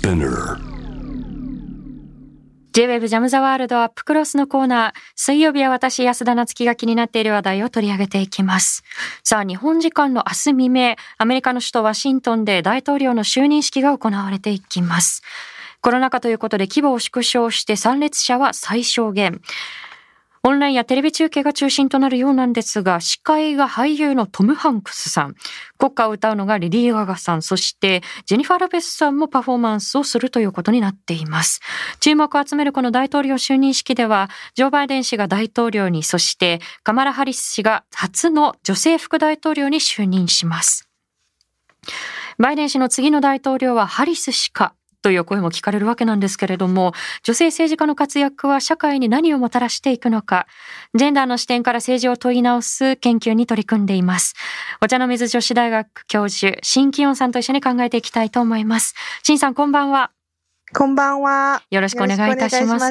Spinner J-Web ジャムザワールドアップクロスのコーナー。水曜日は私安田なつきが気になっている話題を取り上げていきます。さあ、日本時間の明日未明、アメリカの首都ワシントンで大統領の就任式が行われていきます。コロナ禍ということで規模を縮小して参列者は最小限。オンラインやテレビ中継が中心となるようなんですが、司会が俳優のトム・ハンクスさん、国歌を歌うのがレディー・ガガさん、そしてジェニファー・ロペスさんもパフォーマンスをするということになっています。注目を集めるこの大統領就任式では、ジョー・バイデン氏が大統領に、そしてカマラ・ハリス氏が初の女性副大統領に就任します。バイデン氏の次の大統領はハリス氏かという声も聞かれるわけなんですけれども、女性政治家の活躍は社会に何をもたらしていくのか、ジェンダーの視点から政治を問い直す研究に取り組んでいます。お茶の水女子大学教授、辛紀音さんと一緒に考えていきたいと思います。辛さん、こんばんは。 こんばんは。 よろしくお願いいたします。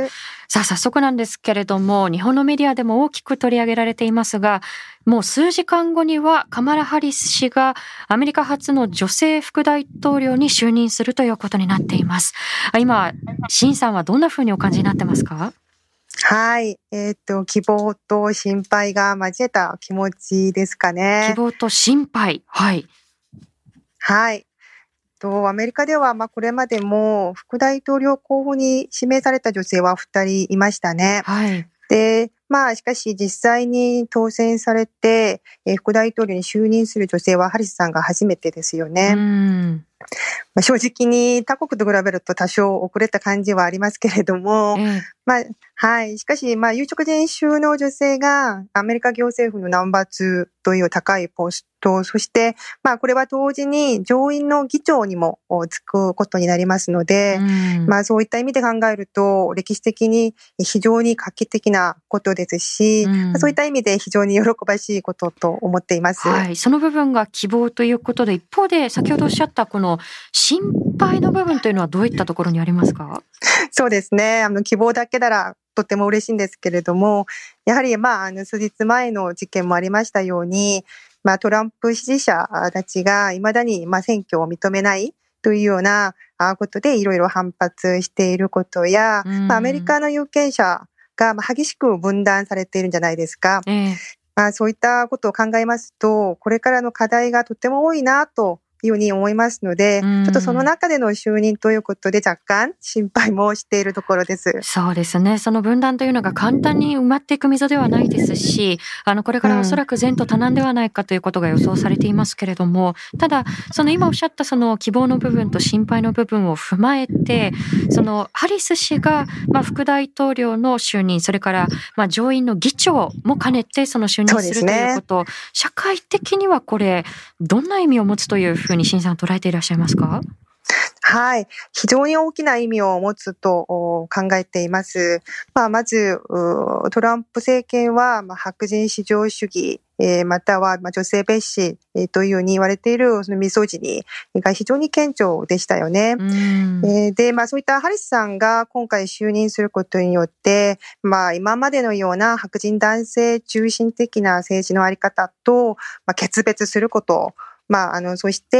さあ、早速なんですけれども、日本のメディアでも大きく取り上げられていますが、もう数時間後にはカマラ・ハリス氏がアメリカ初の女性副大統領に就任するということになっています。今、辛さんはどんなふうにお感じになってますか？ はい。希望と心配が交えた気持ちですかね。 希望と心配。はい。 はい。アメリカではこれまでも副大統領候補に指名された女性は2人いましたね。 はい。 で、しかし実際に当選されて、副大統領に就任する女性はハリスさんが初めてですよね。正直に他国と比べると多少遅れた感じはありますけれども、はい。しかし、有色人種の女性がアメリカ行政府のナンバー2という高いポスト、そして、これは同時に上院の議長にもつくことになりますので、そういった意味で考えると、歴史的に非常に画期的なことですし、そういった意味で非常に喜ばしいことと思っています。 はい。その部分が希望ということで、一方で先ほどおっしゃったこの心配の部分というのはどういったところにありますか？ そうですね。希望だけならとても嬉しいんですけれども、やはり数日前の事件もありましたように、トランプ支持者たちが未だに選挙を認めないというようなことでいろいろ反発していることや、アメリカの有権者が激しく分断されているんじゃないですか。そういったことを考えますと、これからの課題がとても多いなというふうに思いますので、ちょっとその中での就任ということで若干心配もしているところです。 そうですね。その分断というのが簡単に埋まっていく溝ではないですし、これからおそらく前途多難ではないかということが予想されていますけれども、ただ、その今おっしゃったその希望の部分と心配の部分を踏まえて、そのハリス氏が副大統領の就任、それから上院の議長も兼ねてその就任するということ、社会的にはこれ、どんな意味を持つというふうに辛さん捉えていらっしゃいますか？ はい。非常に大きな意味を持つと考えています。まず、トランプ政権は白人至上主義、または女性蔑視というように言われているそのミソジニが非常に顕著でしたよね。で、そういったハリスさんが今回就任することによって、今までのような白人男性中心的な政治のあり方と決別すること、そして、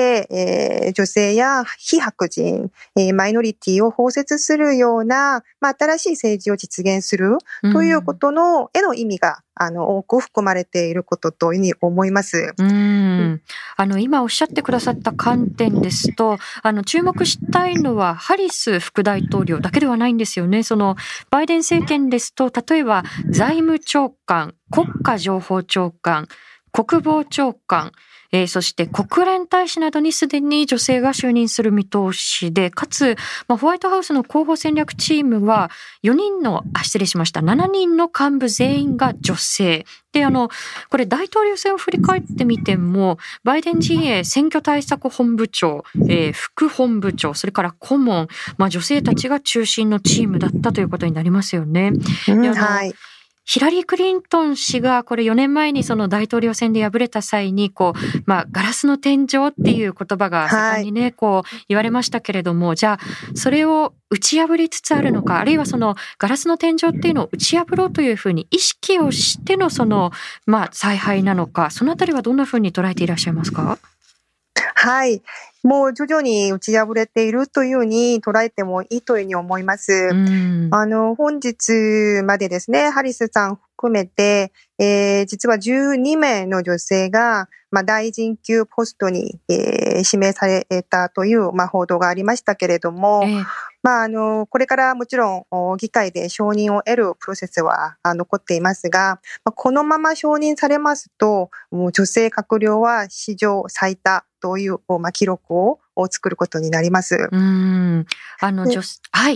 女性や非白人、マイノリティを包摂するような、新しい政治を実現するということの、への意味が、多く含まれていることというふうに思います。 今おっしゃってくださった観点ですと、注目したいのはハリス副大統領だけではないんですよね。その、バイデン政権ですと、例えば財務長官、国家情報長官、国防長官、そして国連大使などにすでに女性が就任する見通しで、かつ、ホワイトハウスの広報戦略チームは7人の幹部全員が女性。で、これ大統領選を振り返ってみても、バイデン陣営選挙対策本部長、副本部長、それから顧問、女性たちが中心のチームだったということになりますよね。 はい。 ヒラリー・クリントン氏がこれ4年前にその大統領選で敗れた際にガラスの天井っていう言葉が盛んにね、言われましたけれども、じゃあそれを打ち破りつつあるのか、あるいはそのガラスの天井っていうのを打ち破ろうというふうに意識をしてのその采配なのか、そのあたりはどんなふうに捉えていらっしゃいますか？ はい。もう徐々に打ち破れているというように捉えてもいいというふうに思います。本日までですね、ハリスさん含めて、実は12名の女性が、大臣級ポストに、指名されたという、報道がありましたけれども、これからもちろん議会で承認を得るプロセスは残っていますが、このまま承認されますと、もう女性閣僚は史上最多という、記録を作ることになります。 はい、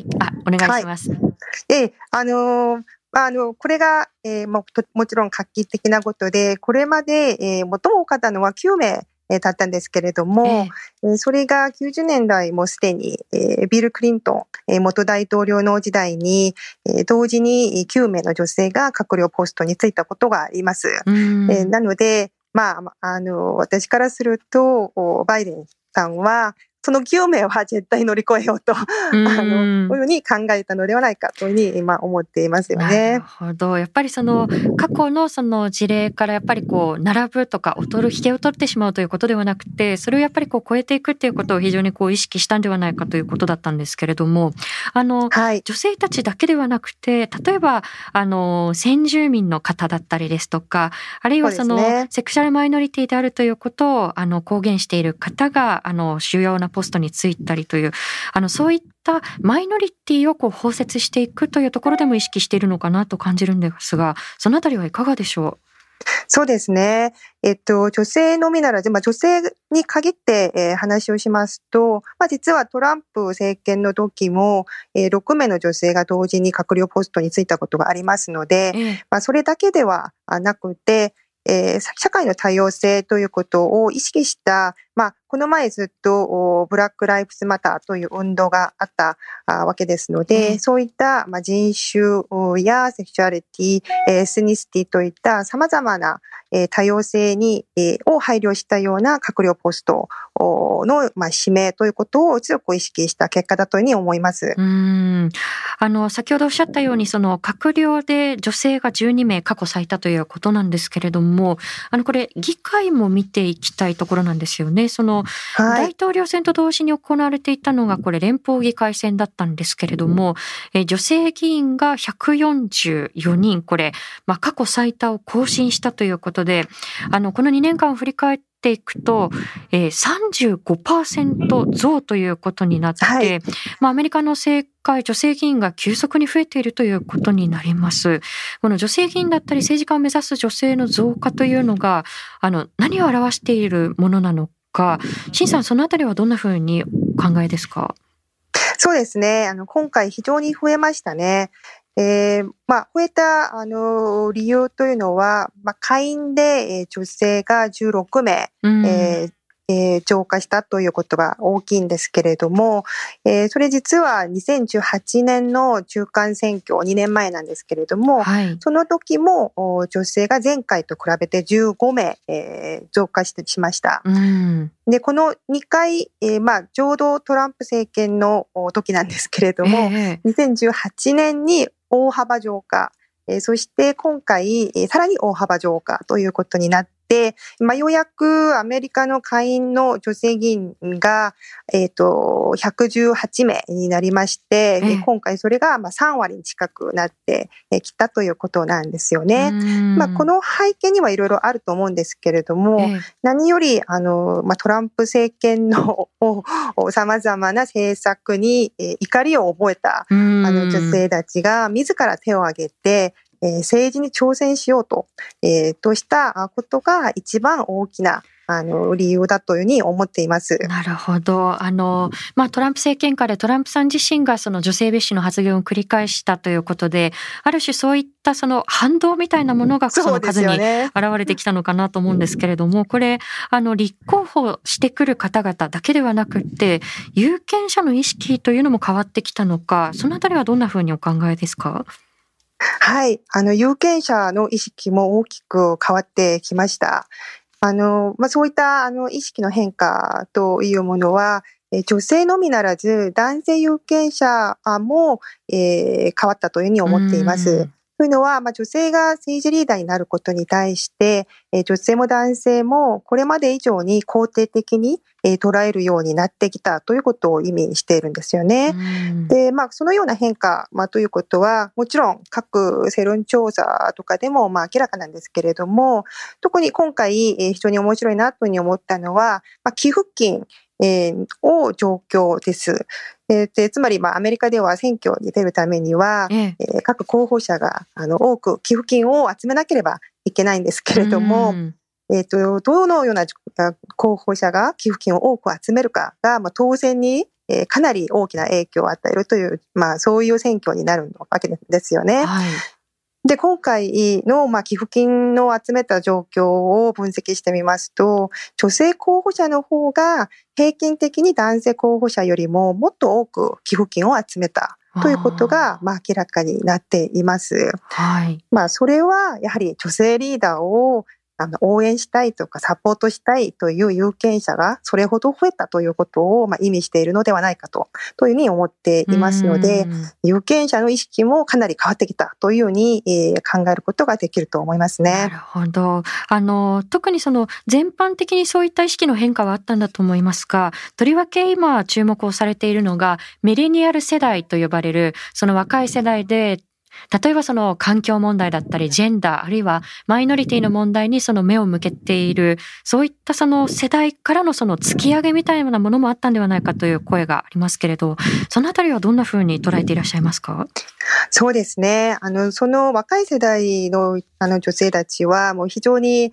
お願いします。 これが、もちろん画期的なことで、これまで、最も多かったのは9名だったんですけれども、それが90年代もすでに、ビル・クリントン、元大統領の時代に、同時に9名の女性が閣僚ポストに就いたことがあります。なので、私からすると、バイデンさんは、その9名は絶対乗り越えようと、こういうふうに考えたのではないかというふうに今思っていますよね。 なるほど。やっぱりその過去のその事例からやっぱりこう並ぶとか劣る引けを取ってしまうということではなくて、それをやっぱりこう超えていくっていうことを非常にこう意識したんではないかということだったんですけれども、女性たちだけではなくて、例えば先住民の方だったりですとか、あるいはそのセクシャルマイノリティであるということを公言している方が主要なポストに就いたりというそういったマイノリティをこう包摂していくというところでも意識しているのかなと感じるんですが、そのあたりはいかがでしょう？ そうですね。女性のみならず、女性に限って、話をしますと、実はトランプ政権の時も、6名の女性が同時に閣僚ポストに就いたことがありますので、それだけではなくて、社会の多様性ということを意識した、この前ずっとブラックライフズマターという運動があったわけですので、そういった人種やセクシュアリティ、エスニシティといった様々な多様性を配慮したような閣僚ポストの指名ということを強く意識した結果だというふうに思います。 先ほどおっしゃったように、その閣僚で女性が12名過去最多ということなんですけれども、これ議会も見ていきたいところなんですよね。その大統領選と同時に行われていたのがこれ連邦議会選だったんですけれども、女性議員が144人、これ、過去最多を更新したということで、この2年間を振り返っていくと、35% 増ということになって、アメリカの政界、女性議員が急速に増えているということになります。この女性議員だったり政治家を目指す女性の増加というのが、何を表しているものなのか、シンさん、そのあたりはどんなふうにお考えですか？ そうですね。今回非常に増えましたね。増えた、理由というのは、下院で、女性が16名、増加したということが大きいんですけれども、それ実は2018年の中間選挙、2年前なんですけれども、その時も女性が前回と比べて15名、増加しました。で、この2回、ちょうどトランプ政権の時なんですけれども、2018年に大幅増加、そして今回、さらに大幅増加ということになって、ようやくアメリカの下院の女性議員が、118名になりまして、今回それが3割に近くなってきたということなんですよね。この背景にはいろいろあると思うんですけれども、何よりトランプ政権の様々な政策に怒りを覚えた女性たちが自ら手を挙げて、政治に挑戦しようとしたことが一番大きな理由だというふうに思っています。 なるほど。トランプ政権下でトランプさん自身がその女性蔑視の発言を繰り返したということで、ある種そういったその反動みたいなものがその数に現れてきたのかなと思うんですけれども、これ、立候補してくる方々だけではなくって、有権者の意識というのも変わってきたのか、そのあたりはどんなふうにお考えですか？ はい。有権者の意識も大きく変わってきました。そういった意識の変化というものは、女性のみならず男性有権者も、変わったというふうに思っています。 というのは、女性が政治リーダーになることに対して、女性も男性もこれまで以上に肯定的に捉えるようになってきたということを意味しているんですよね。で、そのような変化、ということは、もちろん各世論調査とかでも明らかなんですけれども、特に今回非常に面白いなというふうに思ったのは、寄付金を状況です。つまり、アメリカでは選挙に出るためには、各候補者が多く寄付金を集めなければいけないんですけれども、どのような候補者が寄付金を多く集めるかが、当選にかなり大きな影響を与えるという、そういう選挙になるわけですよね。 はい。 で、今回の寄付金の集めた状況を分析してみますと、女性候補者の方が平均的に男性候補者よりももっと多く寄付金を集めたということが明らかになっています。 はい。 それはやはり女性リーダーを応援したいとかサポートしたいという有権者がそれほど増えたということを意味しているのではないかというふうに思っていますので、有権者の意識もかなり変わってきたというように考えることができると思いますね。 なるほど。特に全般的にそういった意識の変化はあったんだと思いますが、とりわけ今注目をされているのがミレニアル世代と呼ばれるその若い世代で、例えば環境問題だったりジェンダーあるいはマイノリティの問題に目を向けている、そういった世代からの突き上げみたいなものもあったんではないかという声がありますけれど、そのあたりはどんなふうに捉えていらっしゃいますか？ そうですね。その若い世代の女性たちはもう非常に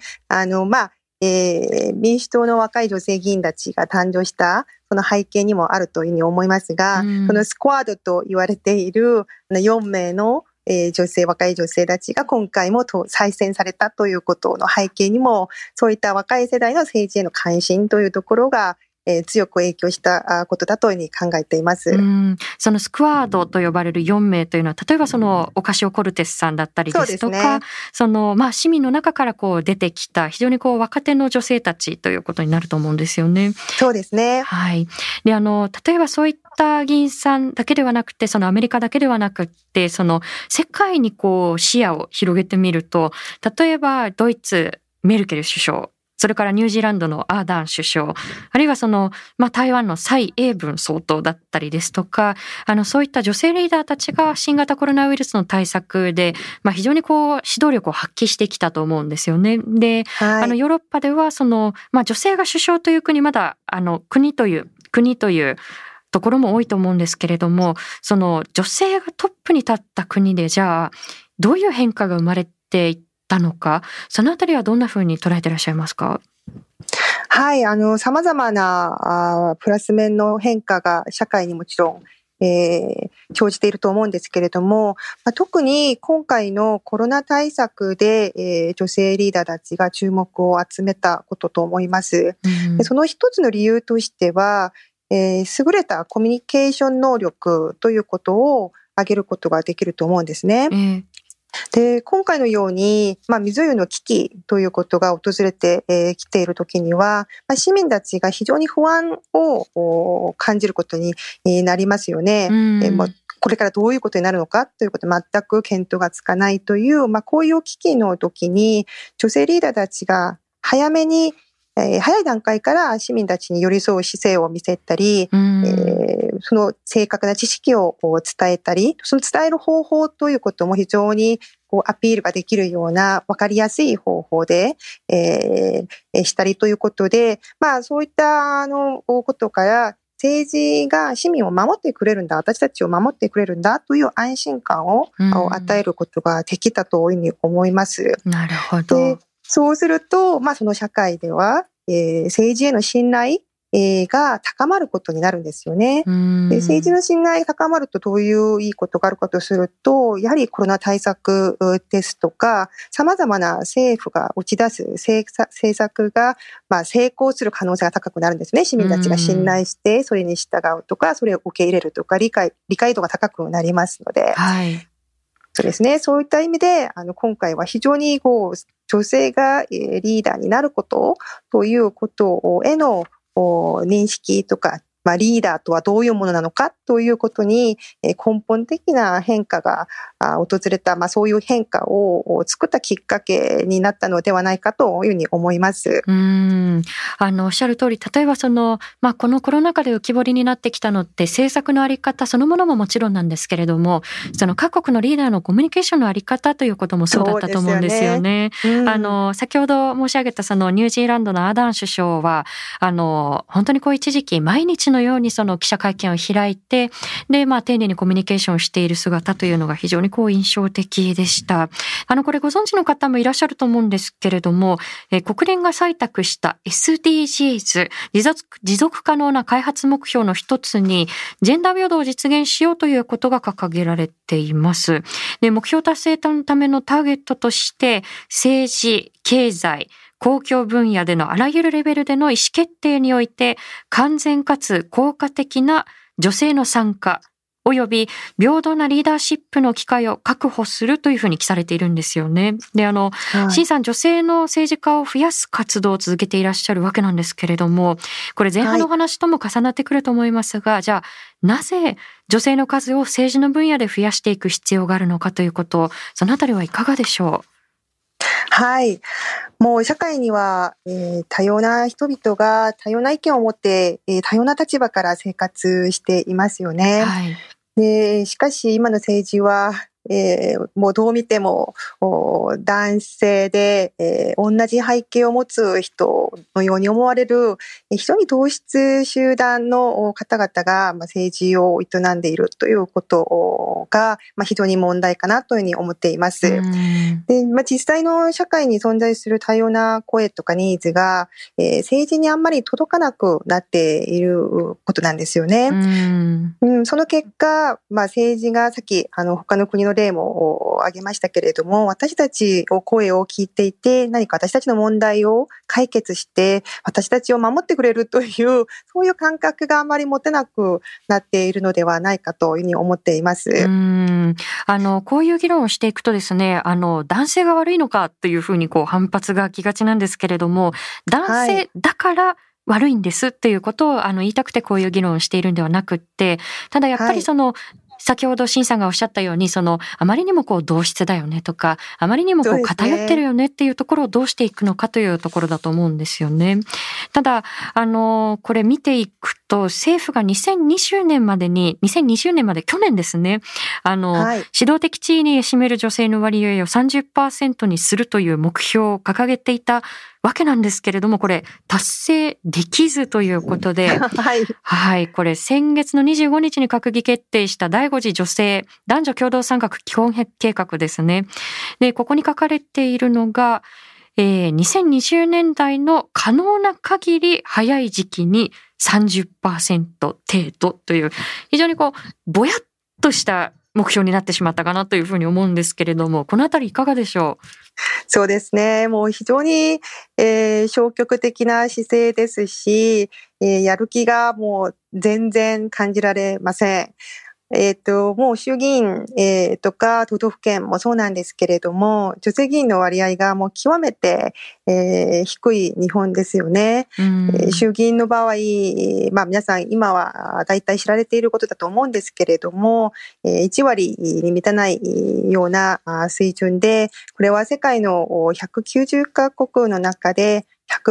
民主党の若い女性議員たちが誕生したその背景にもあるというふうに思いますが、そのスクワッドと言われている4名の若い女性たちが今回も再選されたということの背景にも、そういった若い世代の政治への関心というところが強く影響したことだというふうに考えています。 そのスクワードと呼ばれる4名というのは、例えばオカシオ・コルテスさんだったりですとか、市民の中から出てきた非常に若手の女性たちということになると思うんですよね。 そうですね。 はい。で、例えばそういった議員さんだけではなくて、アメリカだけではなくて、世界に視野を広げてみると、例えばドイツ、メルケル首相、それからニュージーランドのアーダーン首相、あるいは台湾の蔡英文総統だったりですとか、そういった女性リーダーたちが新型コロナウイルスの対策で、非常に指導力を発揮してきたと思うんですよね。で、ヨーロッパでは女性が首相という国、まだ国というところも多いと思うんですけれども、女性がトップに立った国で、じゃあどういう変化が生まれていったのか、そのあたりはどんなふうに捉えていらっしゃいますか？ はい、様々なプラス面の変化が社会にもちろん、生じていると思うんですけれども、特に今回のコロナ対策で、女性リーダーたちが注目を集めたことと思います。その一つの理由としては、優れたコミュニケーション能力ということを挙げることができると思うんですね。で、今回のように、水湯の危機ということが訪れてきているときには、市民たちが非常に不安を感じることになりますよね。これからどういうことになるのかということ全く見当がつかないという、こういう危機の時に女性リーダーたちが早めに早い段階から市民たちに寄り添う姿勢を見せたり、その正確な知識を伝えたり、その伝える方法ということも非常にアピールができるような分かりやすい方法で、したりということで、そういったことから政治が市民を守ってくれるんだ、私たちを守ってくれるんだという安心感を与えることができたというふうに思います。 なるほど。 で、そうすると、その社会では、政治への信頼が高まることになるんですよね。で、政治の信頼が高まるとどういういいことがあるかとすると、やはりコロナ対策ですとか、様々な政府が打ち出す政策が、成功する可能性が高くなるんですね。市民たちが信頼して、それに従うとか、それを受け入れるとか、理解度が高くなりますので。 はい。 そうですね。そういった意味で、今回は非常に女性がリーダーになることということへの認識とかリーダーとはどういうものなのかということに根本的な変化が訪れた、そういう変化を作ったきっかけになったのではないかというふうに思います。 おっしゃる通り、例えばこのコロナ禍で浮き彫りになってきたのって政策のあり方そのものももちろんなんですけれども、その各国のリーダーのコミュニケーションのあり方ということもそうだったと思うんですよね。先ほど申し上げたそのニュージーランドのアーダーン首相は本当に一時期毎日のようにその記者会見を開いて、で丁寧にコミュニケーションをしている姿というのが非常に印象的でした。これご存知の方もいらっしゃると思うんですけれども、国連が採択した SDGs 持続可能な開発目標の一つにジェンダー平等を実現しようということが掲げられています。で、目標達成のためのターゲットとして政治、経済、公共分野でのあらゆるレベルでの意思決定において完全かつ効果的な女性の参加および平等なリーダーシップの機会を確保するというふうに記されているんですよね。で、シンさん、女性の政治家を増やす活動を続けていらっしゃるわけなんですけれども、これ前半のお話とも重なってくると思いますが、じゃあなぜ女性の数を政治の分野で増やしていく必要があるのかということ、そのあたりはいかがでしょう？ はい。もう社会には、多様な人々が多様な意見を持って、多様な立場から生活していますよね。 はい。 で、しかし今の政治は、もうどう見ても男性で、同じ背景を持つ人のように思われる非常に同質集団の方々が政治を営んでいるということが非常に問題かなというふうに思っています。で、実際の社会に存在する多様な声とかニーズが、政治にあんまり届かなくなっていることなんですよね。その結果、政治がさっき他の国の例も挙げましたけれども、私たちを声を聞いていて、何か私たちの問題を解決して、私たちを守ってくれるという、そういう感覚があまり持てなくなっているのではないかというふうに思っています。 こういう議論をしていくとですね、男性が悪いのかというふうに反発が来がちなんですけれども、男性だから悪いんですっていうことを言いたくてこういう議論をしているんではなくって、ただやっぱり先ほどシンさんがおっしゃったように、あまりにも同質だよねとか、あまりにも偏ってるよねっていうところをどうしていくのかというところだと思うんですよね。ただ、これ見ていくと、政府が2020年まで去年ですね、指導的地位に占める女性の割合を 30% にするという目標を掲げていたわけなんですけれども、これ達成できずということで、はい、これ先月の25日に閣議決定した第5次女性男女共同参画基本計画ですね。で、ここに書かれているのが、2020年代の可能な限り早い時期に 30% 程度という、非常にぼやっとした目標になってしまったかなというふうに思うんですけれども、このあたりいかがでしょう？ そうですね。もう非常に、消極的な姿勢ですし、やる気がもう全然感じられません。もう衆議院、とか都道府県もそうなんですけれども、女性議員の割合がもう極めて、低い日本ですよね。衆議院の場合、皆さん今は大体知られていることだと思うんですけれども、1割に満たないような水準で、これは世界の190カ国の中で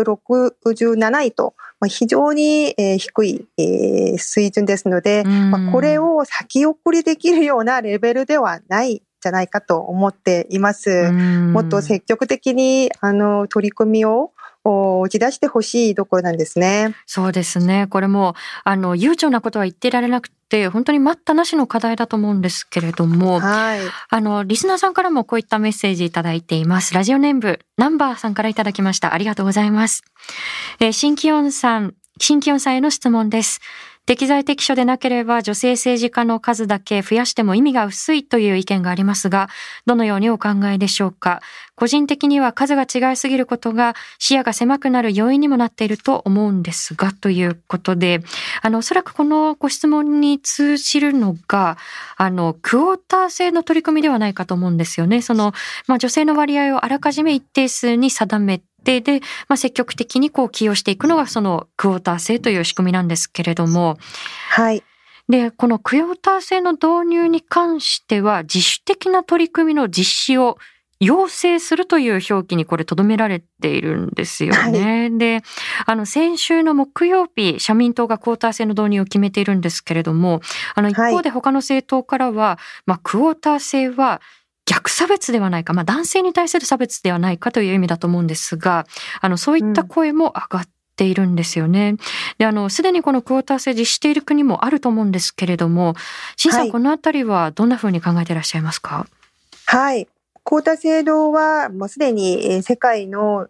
167位と、非常に低い水準ですので、これを先送りできるようなレベルではないじゃないかと思っています。もっと積極的に取り組みを打ち出してほしいところなんですね。 そうですね。これも悠長なことは言ってられなくて、本当に待ったなしの課題だと思うんですけれども、リスナーさんからもこういったメッセージいただいています。ラジオネームナンバーさんからいただきました。ありがとうございます。新気温さんへの質問です。適材適所でなければ女性政治家の数だけ増やしても意味が薄いという意見がありますが、どのようにお考えでしょうか。個人的には数が違いすぎることが視野が狭くなる要因にもなっていると思うんですが、ということで、おそらくこのご質問に通じるのが、クォーター制の取り組みではないかと思うんですよね。女性の割合をあらかじめ一定数に定めて、 定で、積極的に起用していくのがそのクォーター制という仕組みなんですけれども、 はい。 で、このクォーター制の導入に関しては、自主的な取り組みの実施を要請するという表記にこれ留められているんですよね。はい、で、先週の木曜日、社民党がクォーター制の導入を決めているんですけれども、一方で他の政党からは、クォーター制は逆差別ではないか、男性に対する差別ではないかという意味だと思うんですが、そういった声も上がっているんですよね。で、すでにこのクォーター制実施している国もあると思うんですけれども、新さん、このあたりはどんなふうに考えていらっしゃいますか？ はい。クォータ制度はもうすでに世界の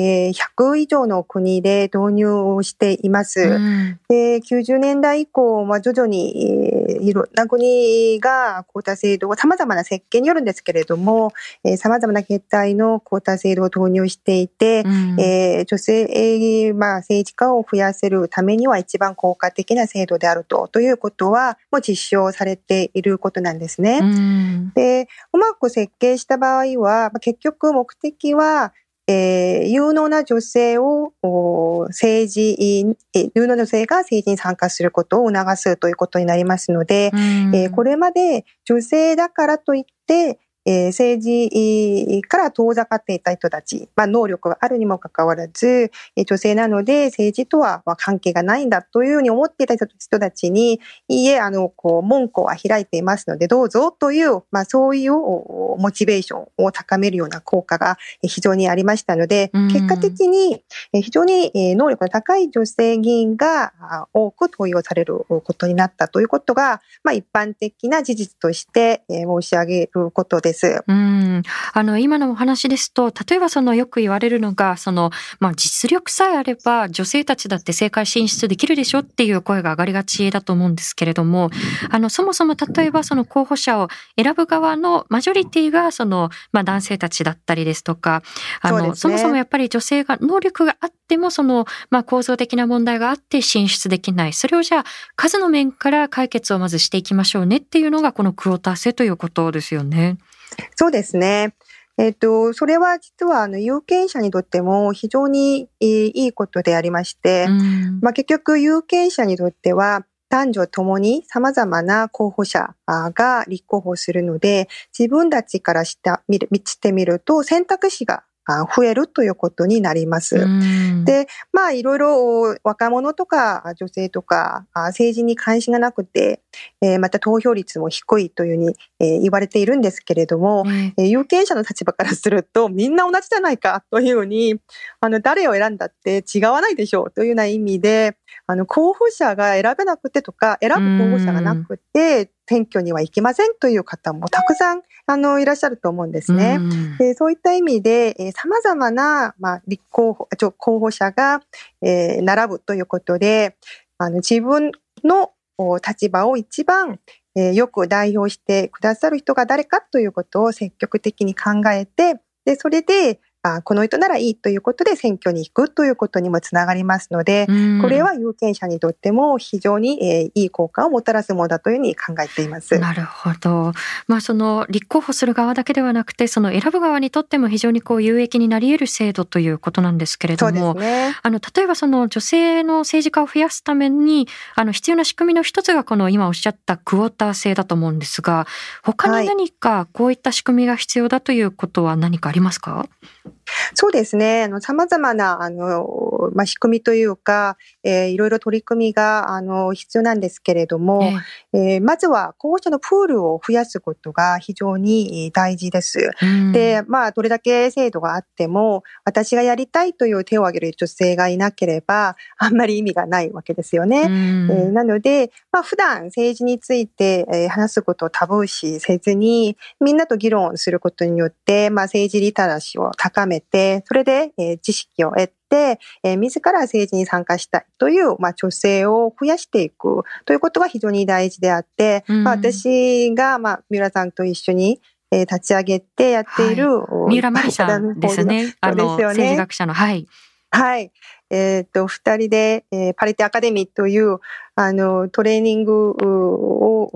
100以上の国で導入をしています。で、90年代以降、徐々にいろんな国がクォータ制度を様々な設計によるんですけれども、様々な形態のクォータ制度を導入していて、女性、政治家を増やせるためには一番効果的な制度であるということは、もう実証されていることなんですね。で、うまく設計した場合は、結局目的は、有能な女性を有能な女性が政治に参加することを促すということになりますので、これまで女性だからといって、政治から遠ざかっていた人たち、能力があるにもかかわらず、女性なので政治とは関係がないんだというふうに思っていた人たちに、いいえ、門戸は開いていますのでどうぞという、そういうモチベーションを高めるような効果が非常にありましたので、結果的に非常に能力の高い女性議員が多く登用されることになったということが、一般的な事実として申し上げることです。 今のお話ですと、例えばよく言われるのが、実力さえあれば女性たちだって政界進出できるでしょっていう声が上がりがちだと思うんですけれども、そもそも例えば候補者を選ぶ側のマジョリティが男性たちだったりですとか、そもそもやっぱり女性が能力があっても構造的な問題があって進出できない。それをじゃあ数の面から解決をまずしていきましょうねっていうのがこのクォーター制ということですよね。 そうですね。それは実は有権者にとっても非常にいいことでありまして、結局有権者にとっては男女ともに様々な候補者が立候補するので、自分たちからしてみると選択肢が増えるということになります。で、いろいろ若者とか女性とか政治に関心がなくて、また投票率も低いというふうに言われているんですけれども、有権者の立場からするとみんな同じじゃないかというふうに、誰を選んだって違わないでしょうというような意味で、候補者が選べなくてとか、選ぶ候補者がなくて、選挙には行きませんという方もたくさんいらっしゃると思うんですね。で、そういった意味で、様々な、候補者が、並ぶということで、自分の立場を一番、よく代表してくださる人が誰かということを積極的に考えて、で、それで、この人ならいいということで選挙に行くということにもつながりますので、これは有権者にとっても非常にいい効果をもたらすものだというふうに考えています。 なるほど。立候補する側だけではなくて、選ぶ側にとっても非常に有益になり得る制度ということなんですけれども、 そうですね。 例えば女性の政治家を増やすために必要な仕組みの一つがこの今おっしゃったクォーター制だと思うんですが、他に何かこういった仕組みが必要だということは何かありますか？ そうですね。様々な、仕組みというか、いろいろ取り組みが、必要なんですけれども、まずは候補者のプールを増やすことが非常に大事です。で、どれだけ制度があっても、私がやりたいという手を挙げる女性がいなければ、あんまり意味がないわけですよね。なので、普段政治について、話すことをタブー視せずに、みんなと議論することによって、政治リテラシーを高めて、それで、知識を得て、自ら政治に参加したいという、女性を増やしていくということが非常に大事であって、私が、三浦さんと一緒に、立ち上げてやっている、 三浦真理さんですね。政治学者の、はい。 はい。二人で、パリティアカデミーという、トレーニングを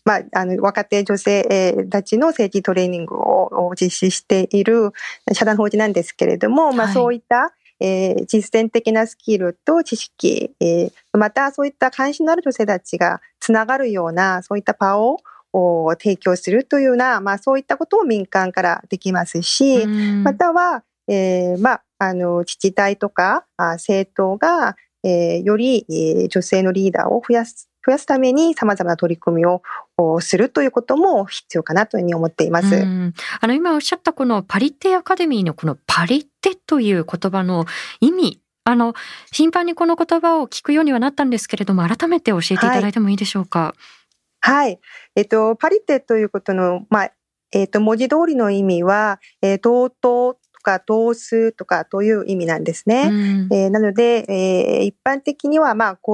若手女性たちの政治トレーニングを実施している社団法人なんですけれども、そういった実践的なスキルと知識、またそういった関心のある女性たちがつながるような、そういった場を提供するというような、そういったことを民間からできますし、または、自治体とか政党が、より女性のリーダーを増やすために様々な取り組みをするということも必要かなというふうに思っています。 今おっしゃったこのパリテアカデミーのこのパリテという言葉の意味、頻繁にこの言葉を聞くようにはなったんですけれども、改めて教えていただいてもいいでしょうか。 はい。パリテということの、文字通りの意味は、同等とか同数とかという意味なんですね。なので、一般的には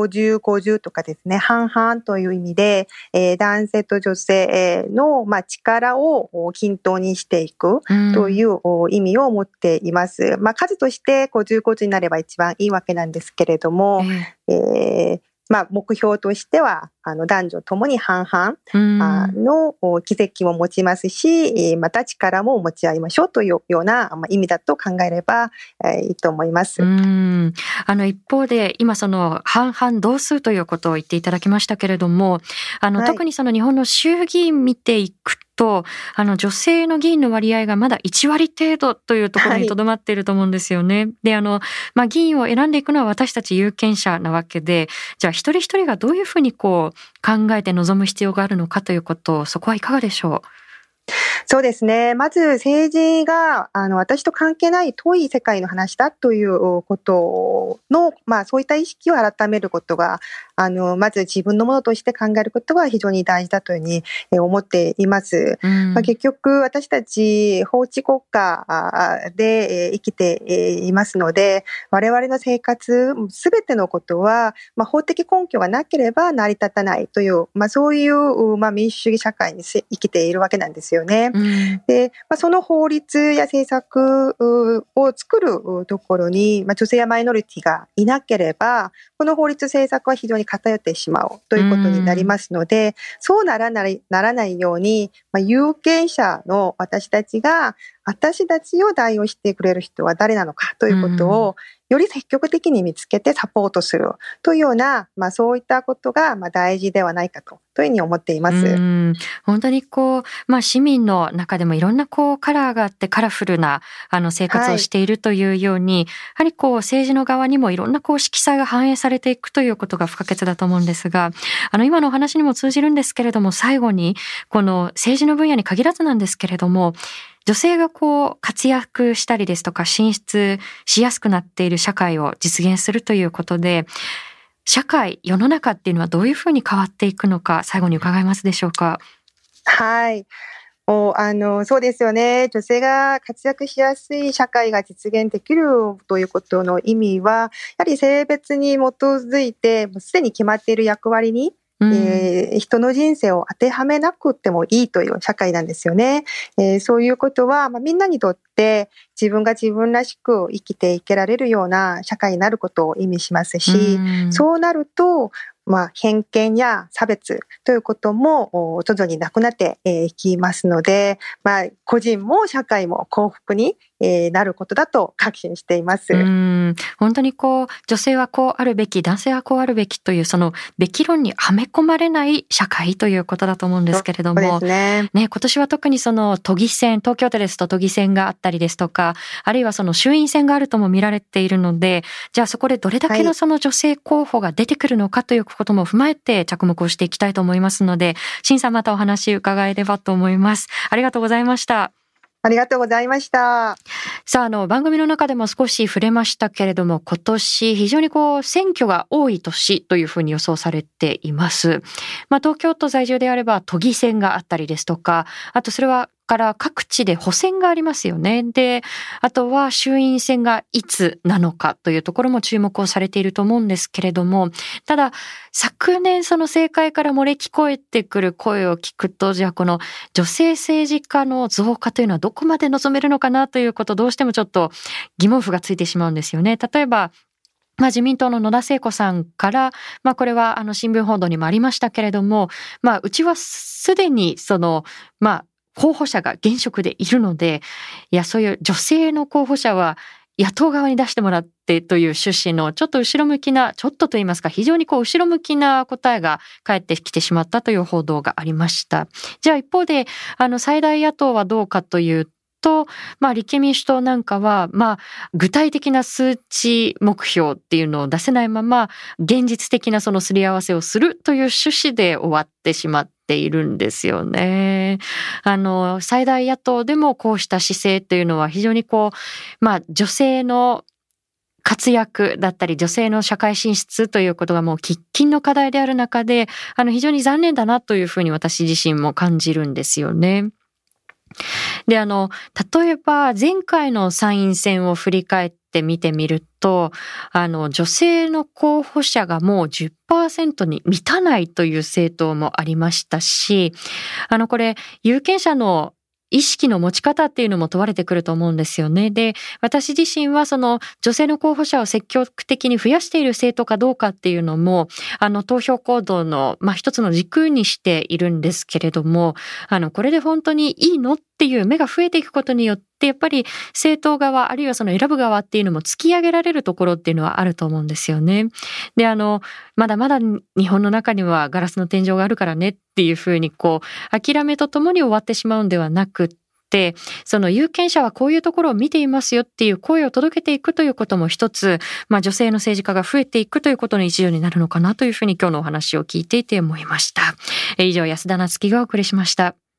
50、50とかですね、半々という意味で、男性と女性の力を均等にしていくという意味を持っています。数として50、50になれば一番いいわけなんですけれども、目標としては男女ともに半々の軌跡も持ちますし、また力も持ち合いましょうというような意味だと考えればいいと思います。 一方で今その半々同数ということを言っていただきましたけれども、特にその日本の衆議院見ていくと女性の議員の割合がまだ1割程度というところにとどまっていると思うんですよね。で、議員を選んでいくのは私たち有権者なわけで、じゃあ一人一人がどういうふうに考えて臨む必要があるのかということ、そこはいかがでしょう？ そうですね。まず政治が私と関係ない遠い世界の話だということの、そういった意識を改めることがまず自分のものとして考えることが非常に大事だというふうに思っています。結局私たち法治国家で生きていますので、我々の生活すべてのことは法的根拠がなければ成り立たないという、そういう民主主義社会に生きているわけなんですよね。で、その法律や政策を作るところに、女性やマイノリティがいなければ、この法律政策は非常に偏ってしまうということになりますので、そうならないように、有権者の私たちが、私たちを代表してくれる人は誰なのかということを、より積極的に見つけてサポートするというような、そういったことが大事ではないかというふうに思っています。 本当に市民の中でもいろんなカラーがあってカラフルな生活をしているというように、やはり政治の側にもいろんな色彩が反映されていくということが不可欠だと思うんですが、今のお話にも通じるんですけれども、最後にこの政治の分野に限らずなんですけれども、女性が活躍したりですとか進出しやすくなっている社会を実現するということで、世の中っていうのはどういうふうに変わっていくのか、最後に伺えますでしょうか？ はい。そうですよね。女性が活躍しやすい社会が実現できるということの意味は、やはり性別に基づいて、すでに決まっている役割に人の人生を当てはめなくてもいいという社会なんですよね。そういうことは、みんなにとって自分が自分らしく生きていけられるような社会になることを意味しますし、そうなると、偏見や差別ということも徐々になくなっていきますので、個人も社会も幸福になることだと確信しています。 本当に女性はこうあるべき、男性はこうあるべきというそのべき論にはめ込まれない社会ということだと思うんですけれども、 そうですね。 今年は特にその都議選、東京都ですと都議選があったりですとか、あるいはその衆院選があるとも見られているので、じゃあそこでどれだけのその女性候補が出てくるのかということも踏まえて着目をしていきたいと思いますので、新さんまたお話伺えればと思います。ありがとうございました。 ありがとうございました。 さあ、番組の中でも少し触れましたけれども、今年非常に選挙が多い年というふうに予想されています。東京都在住であれば都議選があったりですとか、あとそれはから各地で補選がありますよね。で、あとは衆院選がいつなのかというところも注目をされていると思うんですけれども、ただ昨年その政界から漏れ聞こえてくる声を聞くと、じゃあこの女性政治家の増加というのはどこまで望めるのかなということ、どうしてもちょっと疑問符がついてしまうんですよね。例えば自民党の野田聖子さんから、これは新聞報道にもありましたけれども、うちはすでに候補者が現職でいるので、いや、そういう女性の候補者は野党側に出してもらってという趣旨のちょっと後ろ向きな、ちょっとと言いますか、非常に後ろ向きな答えが返ってきてしまったという報道がありました。じゃあ一方で、最大野党はどうかというと、立憲民主党なんかは、具体的な数値目標っていうのを出せないまま、現実的なそのすり合わせをするという趣旨で終わってしまっているんですよね。最大野党でもこうした姿勢というのは非常に女性の活躍だったり女性の社会進出ということがもう喫緊の課題である中で、非常に残念だなというふうに私自身も感じるんですよね。で、例えば前回の参院選を振り返って見てみると、女性の候補者がもう 10% に満たないという政党もありましたし、これ、有権者の意識の持ち方っていうのも問われてくると思うんですよね。で、私自身はその女性の候補者を積極的に増やしている政党かどうかっていうのも、投票行動の、一つの軸にしているんですけれども、これで本当にいいのっていう目が増えていくことによって、やっぱり政党側、あるいはその選ぶ側っていうのも突き上げられるところっていうのはあると思うんですよね。で、まだまだ日本の中にはガラスの天井があるからねっていうふうに諦めとともに終わってしまうんではなくって、その有権者はこういうところを見ていますよっていう声を届けていくということも一つ、女性の政治家が増えていくということの一助になるのかなというふうに今日のお話を聞いていて思いました。以上、安田なつきがお送りしました。